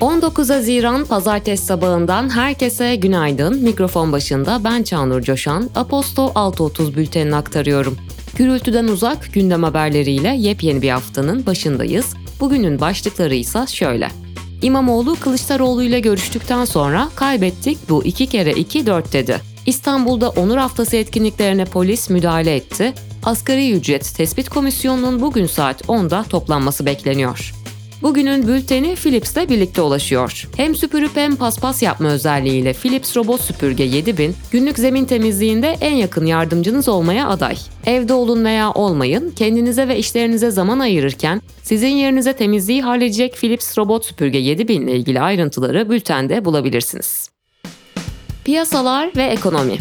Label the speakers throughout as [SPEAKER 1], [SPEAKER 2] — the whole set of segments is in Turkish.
[SPEAKER 1] 19 Haziran Pazartesi sabahından herkese günaydın. Mikrofon başında ben Çağnur Coşan, Aposto 6.30 bültenini aktarıyorum. Gürültüden uzak gündem haberleriyle yepyeni bir haftanın başındayız. Bugünün başlıkları ise şöyle. İmamoğlu Kılıçdaroğlu ile görüştükten sonra kaybettik bu 2 kere 2 4 dedi. İstanbul'da Onur Haftası etkinliklerine polis müdahale etti. Asgari ücret tespit komisyonunun bugün saat 10'da toplanması bekleniyor. Bugünün bülteni Philips'le birlikte ulaşıyor. Hem süpürüp hem paspas yapma özelliğiyle Philips Robot Süpürge 7000, günlük zemin temizliğinde en yakın yardımcınız olmaya aday. Evde olun veya olmayın, kendinize ve işlerinize zaman ayırırken sizin yerinize temizliği halledecek Philips Robot Süpürge 7000 ile ilgili ayrıntıları bültende bulabilirsiniz. Piyasalar ve ekonomi.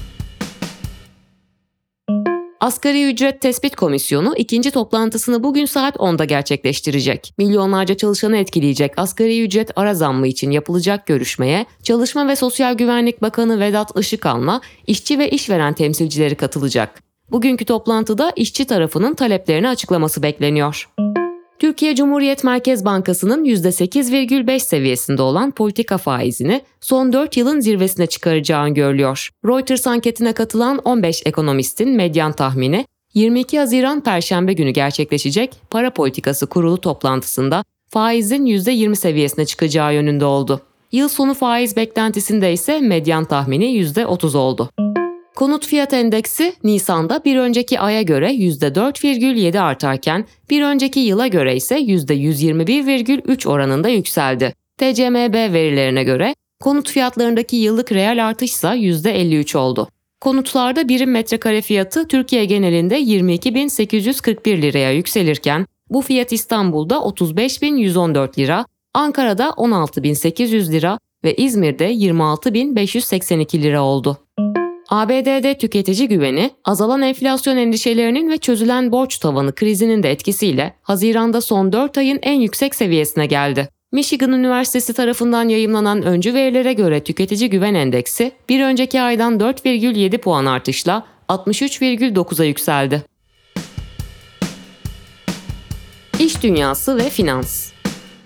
[SPEAKER 1] Asgari Ücret Tespit Komisyonu ikinci toplantısını bugün saat 10'da gerçekleştirecek. Milyonlarca çalışanı etkileyecek asgari ücret ara zammı için yapılacak görüşmeye Çalışma ve Sosyal Güvenlik Bakanı Vedat Işıkhan'la işçi ve işveren temsilcileri katılacak. Bugünkü toplantıda işçi tarafının taleplerini açıklaması bekleniyor. Türkiye Cumhuriyet Merkez Bankası'nın %8,5 seviyesinde olan politika faizini son 4 yılın zirvesine çıkaracağı öngörülüyor. Reuters anketine katılan 15 ekonomistin medyan tahmini 22 Haziran Perşembe günü gerçekleşecek Para Politikası Kurulu toplantısında faizin %20 seviyesine çıkacağı yönünde oldu. Yıl sonu faiz beklentisinde ise medyan tahmini %30 oldu. Konut fiyat endeksi Nisan'da bir önceki aya göre %4,7 artarken bir önceki yıla göre ise %121,3 oranında yükseldi. TCMB verilerine göre konut fiyatlarındaki yıllık reel artış ise %53 oldu. Konutlarda birim metrekare fiyatı Türkiye genelinde 22.841 liraya yükselirken bu fiyat İstanbul'da 35.114 lira, Ankara'da 16.800 lira ve İzmir'de 26.582 lira oldu. ABD'de tüketici güveni, azalan enflasyon endişelerinin ve çözülen borç tavanı krizinin de etkisiyle Haziran'da son 4 ayın en yüksek seviyesine geldi. Michigan Üniversitesi tarafından yayımlanan öncü verilere göre tüketici güven endeksi bir önceki aydan 4,7 puan artışla 63,9'a yükseldi. İş dünyası ve finans.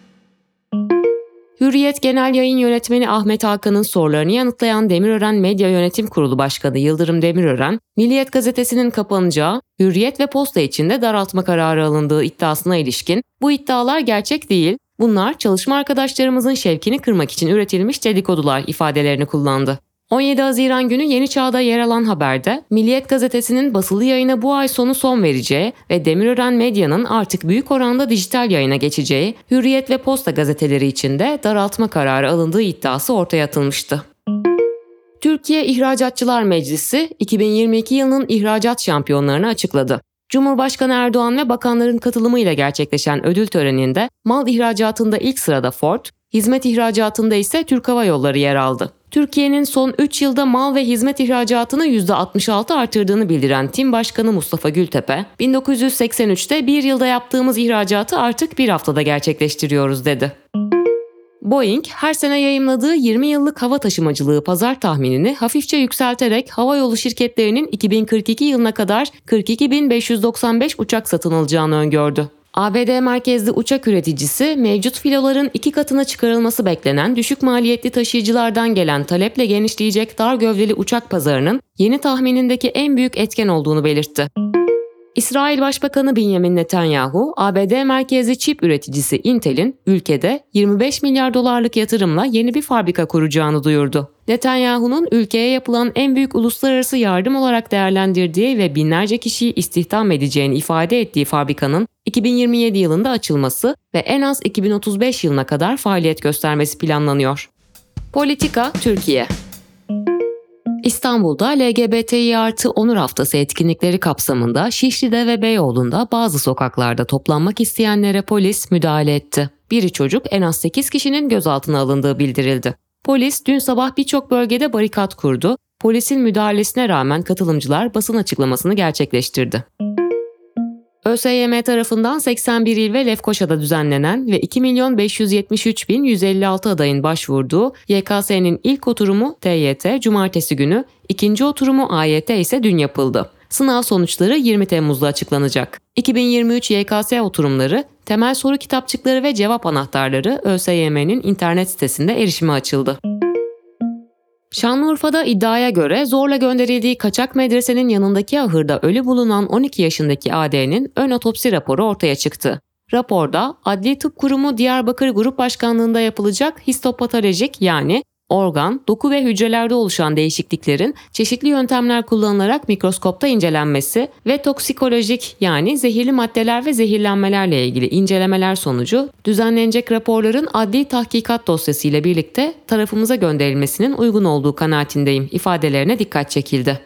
[SPEAKER 1] Hürriyet Genel Yayın Yönetmeni Ahmet Hakan'ın sorularını yanıtlayan Demirören Medya Yönetim Kurulu Başkanı Yıldırım Demirören, Milliyet Gazetesi'nin kapanacağı, Hürriyet ve Posta için de daraltma kararı alındığı iddiasına ilişkin, bu iddialar gerçek değil, bunlar çalışma arkadaşlarımızın şevkini kırmak için üretilmiş dedikodular ifadelerini kullandı. 17 Haziran günü Yeni Çağ'da yer alan haberde, Milliyet Gazetesi'nin basılı yayına bu ay sonu son vereceği ve Demirören Medya'nın artık büyük oranda dijital yayına geçeceği, Hürriyet ve Posta gazeteleri için de daraltma kararı alındığı iddiası ortaya atılmıştı. Türkiye İhracatçılar Meclisi, 2022 yılının ihracat şampiyonlarını açıkladı. Cumhurbaşkanı Erdoğan ve bakanların katılımıyla gerçekleşen ödül töreninde mal ihracatında ilk sırada Ford, hizmet ihracatında ise Türk Hava Yolları yer aldı. Türkiye'nin son 3 yılda mal ve hizmet ihracatını %66 artırdığını bildiren TİM Başkanı Mustafa Gültepe, 1983'te bir yılda yaptığımız ihracatı artık bir haftada gerçekleştiriyoruz dedi. Boeing, her sene yayımladığı 20 yıllık hava taşımacılığı pazar tahminini hafifçe yükselterek havayolu şirketlerinin 2042 yılına kadar 42.595 uçak satın alacağını öngördü. ABD merkezli uçak üreticisi, mevcut filoların 2 katına çıkarılması beklenen düşük maliyetli taşıyıcılardan gelen taleple genişleyecek dar gövdeli uçak pazarının yeni tahminindeki en büyük etken olduğunu belirtti. İsrail Başbakanı Benjamin Netanyahu, ABD merkezli çip üreticisi Intel'in ülkede 25 milyar dolarlık yatırımla yeni bir fabrika kuracağını duyurdu. Netanyahu'nun ülkeye yapılan en büyük uluslararası yardım olarak değerlendirdiği ve binlerce kişiyi istihdam edeceğini ifade ettiği fabrikanın 2027 yılında açılması ve en az 2035 yılına kadar faaliyet göstermesi planlanıyor. Politika Türkiye. İstanbul'da LGBTİ+ Onur Haftası etkinlikleri kapsamında Şişli'de ve Beyoğlu'nda bazı sokaklarda toplanmak isteyenlere polis müdahale etti. Biri çocuk, en az 8 kişinin gözaltına alındığı bildirildi. Polis dün sabah birçok bölgede barikat kurdu. Polisin müdahalesine rağmen katılımcılar basın açıklamasını gerçekleştirdi. ÖSYM tarafından 81 il ve Lefkoşa'da düzenlenen ve 2.573.156 adayın başvurduğu YKS'nin ilk oturumu TYT Cumartesi günü, ikinci oturumu AYT ise dün yapıldı. Sınav sonuçları 20 Temmuz'da açıklanacak. 2023 YKS oturumları, temel soru kitapçıkları ve cevap anahtarları ÖSYM'nin internet sitesinde erişime açıldı. Şanlıurfa'da iddiaya göre zorla gönderildiği kaçak medresenin yanındaki ahırda ölü bulunan 12 yaşındaki AD'nin ön otopsi raporu ortaya çıktı. Raporda Adli Tıp Kurumu Diyarbakır Grup Başkanlığı'nda yapılacak histopatolojik yani organ, doku ve hücrelerde oluşan değişikliklerin çeşitli yöntemler kullanılarak mikroskopta incelenmesi ve toksikolojik yani zehirli maddeler ve zehirlenmelerle ilgili incelemeler sonucu düzenlenecek raporların adli tahkikat dosyası ile birlikte tarafımıza gönderilmesinin uygun olduğu kanaatindeyim ifadelerine dikkat çekildi.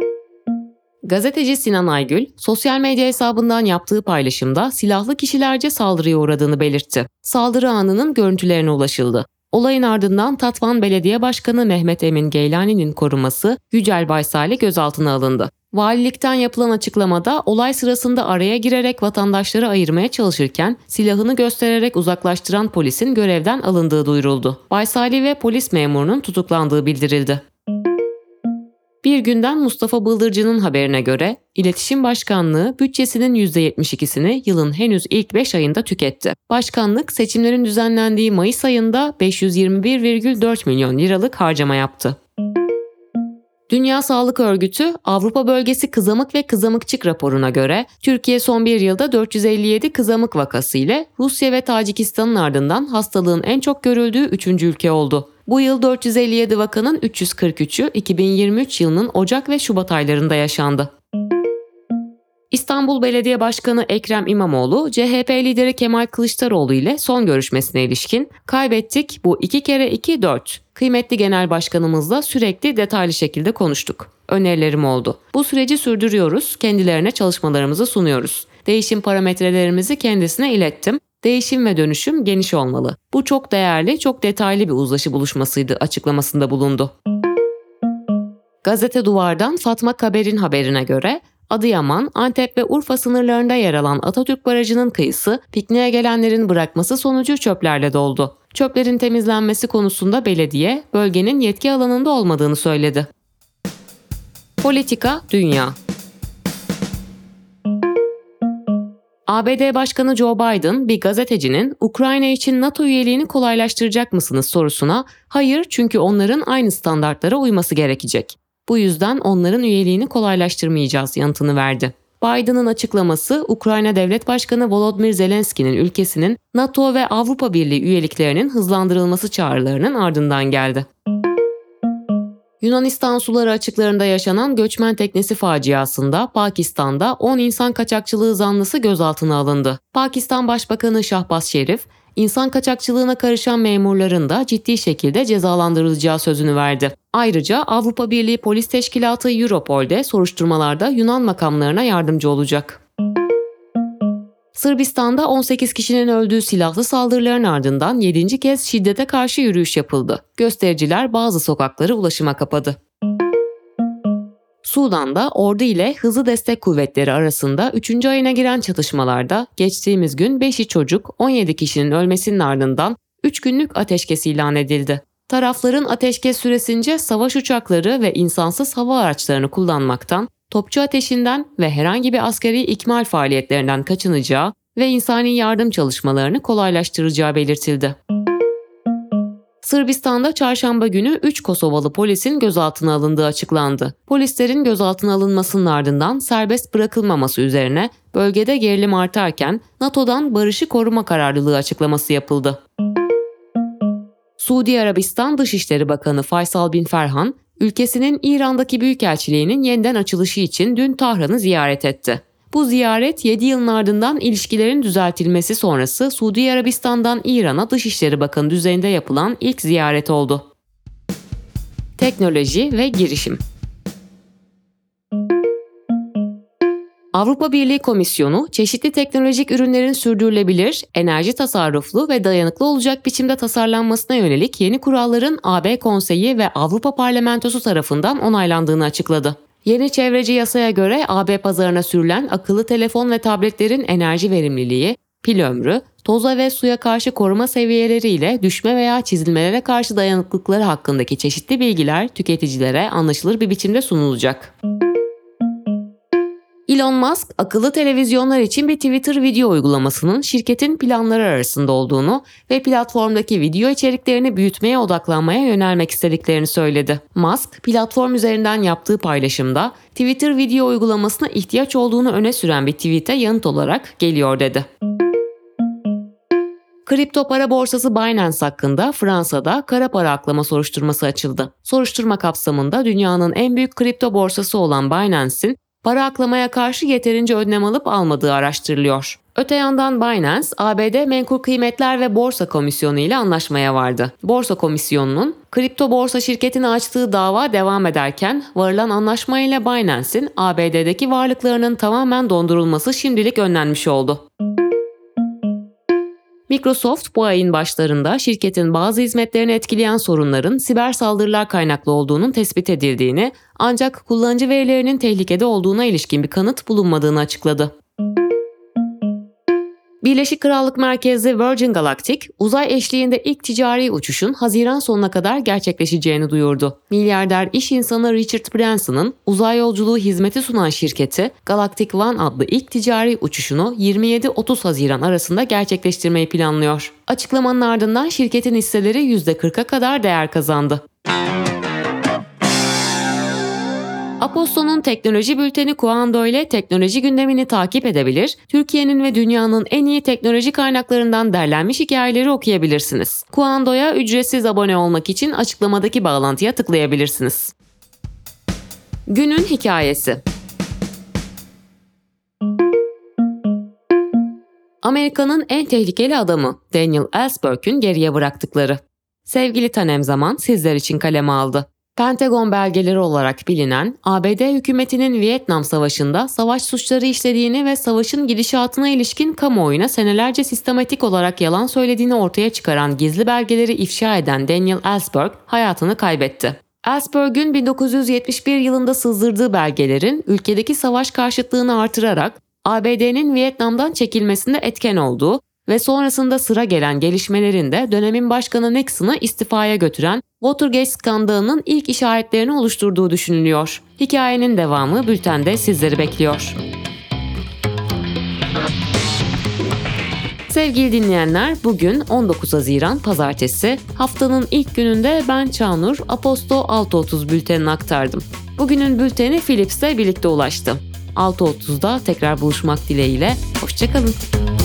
[SPEAKER 1] Gazeteci Sinan Aygül, sosyal medya hesabından yaptığı paylaşımda silahlı kişilerce saldırıya uğradığını belirtti. Saldırı anının görüntülerine ulaşıldı. Olayın ardından Tatvan Belediye Başkanı Mehmet Emin Geylani'nin koruması Yücel Baysal'i gözaltına alındı. Valilikten yapılan açıklamada olay sırasında araya girerek vatandaşları ayırmaya çalışırken silahını göstererek uzaklaştıran polisin görevden alındığı duyuruldu. Baysali ve polis memurunun tutuklandığı bildirildi. Bir Günden Mustafa Bıldırcı'nın haberine göre İletişim Başkanlığı bütçesinin %72'sini yılın henüz ilk 5 ayında tüketti. Başkanlık seçimlerin düzenlendiği Mayıs ayında 521,4 milyon liralık harcama yaptı. Dünya Sağlık Örgütü, Avrupa Bölgesi Kızamık ve Kızamıkçık raporuna göre Türkiye son bir yılda 457 kızamık vakası ile Rusya ve Tacikistan'ın ardından hastalığın en çok görüldüğü 3. ülke oldu. Bu yıl 457 vakanın 343'ü 2023 yılının Ocak ve Şubat aylarında yaşandı. İstanbul Belediye Başkanı Ekrem İmamoğlu, CHP lideri Kemal Kılıçdaroğlu ile son görüşmesine ilişkin "Kaybettik, bu 2 kere 2 4. Kıymetli Genel Başkanımızla sürekli detaylı şekilde konuştuk. Önerilerim oldu. Bu süreci sürdürüyoruz, kendilerine çalışmalarımızı sunuyoruz. Değişim parametrelerimizi kendisine ilettim. Değişim ve dönüşüm geniş olmalı. Bu çok değerli, çok detaylı bir uzlaşı buluşmasıydı" açıklamasında bulundu. Gazete Duvar'dan Fatma Kaber'in haberine göre Adıyaman, Antep ve Urfa sınırlarında yer alan Atatürk Barajı'nın kıyısı pikniğe gelenlerin bırakması sonucu çöplerle doldu. Çöplerin temizlenmesi konusunda belediye, bölgenin yetki alanında olmadığını söyledi. Politika, dünya. ABD Başkanı Joe Biden, bir gazetecinin Ukrayna için NATO üyeliğini kolaylaştıracak mısınız sorusuna "Hayır, çünkü onların aynı standartlara uyması gerekecek. Bu yüzden onların üyeliğini kolaylaştırmayacağız" yanıtını verdi. Biden'ın açıklaması, Ukrayna Devlet Başkanı Volodymyr Zelenski'nin ülkesinin NATO ve Avrupa Birliği üyeliklerinin hızlandırılması çağrılarının ardından geldi. Yunanistan suları açıklarında yaşanan göçmen teknesi faciasında Pakistan'da 10 insan kaçakçılığı zanlısı gözaltına alındı. Pakistan Başbakanı Şahbaz Şerif, insan kaçakçılığına karışan memurların da ciddi şekilde cezalandırılacağı sözünü verdi. Ayrıca Avrupa Birliği Polis Teşkilatı Europol'de soruşturmalarda Yunan makamlarına yardımcı olacak. Sırbistan'da 18 kişinin öldüğü silahlı saldırıların ardından 7. kez şiddete karşı yürüyüş yapıldı. Göstericiler bazı sokakları ulaşıma kapadı. Sudan'da ordu ile hızlı destek kuvvetleri arasında 3. ayına giren çatışmalarda geçtiğimiz gün 5'i çocuk, 17 kişinin ölmesinin ardından 3 günlük ateşkes ilan edildi. Tarafların ateşkes süresince savaş uçakları ve insansız hava araçlarını kullanmaktan, topçu ateşinden ve herhangi bir askeri ikmal faaliyetlerinden kaçınacağı ve insani yardım çalışmalarını kolaylaştıracağı belirtildi. Sırbistan'da çarşamba günü 3 Kosovalı polisin gözaltına alındığı açıklandı. Polislerin gözaltına alınmasının ardından serbest bırakılmaması üzerine bölgede gerilim artarken NATO'dan barışı koruma kararlılığı açıklaması yapıldı. Suudi Arabistan Dışişleri Bakanı Faysal bin Ferhan, ülkesinin İran'daki büyükelçiliğinin yeniden açılışı için dün Tahran'ı ziyaret etti. Bu ziyaret 7 yılın ardından ilişkilerin düzeltilmesi sonrası Suudi Arabistan'dan İran'a Dışişleri Bakanı düzeyinde yapılan ilk ziyaret oldu. Teknoloji ve girişim. Avrupa Birliği Komisyonu, çeşitli teknolojik ürünlerin sürdürülebilir, enerji tasarruflu ve dayanıklı olacak biçimde tasarlanmasına yönelik yeni kuralların AB Konseyi ve Avrupa Parlamentosu tarafından onaylandığını açıkladı. Yeni çevreci yasaya göre AB pazarına sürülen akıllı telefon ve tabletlerin enerji verimliliği, pil ömrü, toza ve suya karşı koruma seviyeleri ile düşme veya çizilmelere karşı dayanıklılıkları hakkındaki çeşitli bilgiler tüketicilere anlaşılır bir biçimde sunulacak. Elon Musk, akıllı televizyonlar için bir Twitter video uygulamasının şirketin planları arasında olduğunu ve platformdaki video içeriklerini büyütmeye odaklanmaya yönelmek istediklerini söyledi. Musk, platform üzerinden yaptığı paylaşımda Twitter video uygulamasına ihtiyaç olduğunu öne süren bir tweet'e yanıt olarak geliyor dedi. Kripto para borsası Binance hakkında Fransa'da kara para aklama soruşturması açıldı. Soruşturma kapsamında dünyanın en büyük kripto borsası olan Binance'in para aklamaya karşı yeterince önlem alıp almadığı araştırılıyor. Öte yandan Binance, ABD Menkul Kıymetler ve Borsa Komisyonu ile anlaşmaya vardı. Borsa Komisyonu'nun kripto borsa şirketine açtığı dava devam ederken varılan anlaşmayla Binance'in ABD'deki varlıklarının tamamen dondurulması şimdilik önlenmiş oldu. Microsoft bu ayın başlarında şirketin bazı hizmetlerini etkileyen sorunların siber saldırılar kaynaklı olduğunun tespit edildiğini, ancak kullanıcı verilerinin tehlikede olduğuna ilişkin bir kanıt bulunmadığını açıkladı. Birleşik Krallık merkezli Virgin Galactic, uzay eşliğinde ilk ticari uçuşun Haziran sonuna kadar gerçekleşeceğini duyurdu. Milyarder iş insanı Richard Branson'ın uzay yolculuğu hizmeti sunan şirketi, Galactic One adlı ilk ticari uçuşunu 27-30 Haziran arasında gerçekleştirmeyi planlıyor. Açıklamanın ardından şirketin hisseleri %40'a kadar değer kazandı. Aposto'nun teknoloji bülteni Kuando ile teknoloji gündemini takip edebilir, Türkiye'nin ve dünyanın en iyi teknoloji kaynaklarından derlenmiş hikayeleri okuyabilirsiniz. Kuando'ya ücretsiz abone olmak için açıklamadaki bağlantıya tıklayabilirsiniz. Günün hikayesi. Amerika'nın en tehlikeli adamı Daniel Ellsberg'ün geriye bıraktıkları. Sevgili Tanem Zaman sizler için kaleme aldı. Pentagon belgeleri olarak bilinen, ABD hükümetinin Vietnam Savaşı'nda savaş suçları işlediğini ve savaşın gidişatına ilişkin kamuoyuna senelerce sistematik olarak yalan söylediğini ortaya çıkaran gizli belgeleri ifşa eden Daniel Ellsberg hayatını kaybetti. Ellsberg'ün 1971 yılında sızdırdığı belgelerin ülkedeki savaş karşıtlığını artırarak ABD'nin Vietnam'dan çekilmesinde etken olduğu ve sonrasında sıra gelen gelişmelerin de dönemin başkanı Nixon'ı istifaya götüren Watergate skandalının ilk işaretlerini oluşturduğu düşünülüyor. Hikayenin devamı bültende sizleri bekliyor. Sevgili dinleyenler, bugün 19 Haziran Pazartesi. Haftanın ilk gününde ben Çağnur, Aposto 6.30 bültenini aktardım. Bugünün bülteni Philips'le birlikte ulaştı. 6.30'da tekrar buluşmak dileğiyle, hoşça kalın.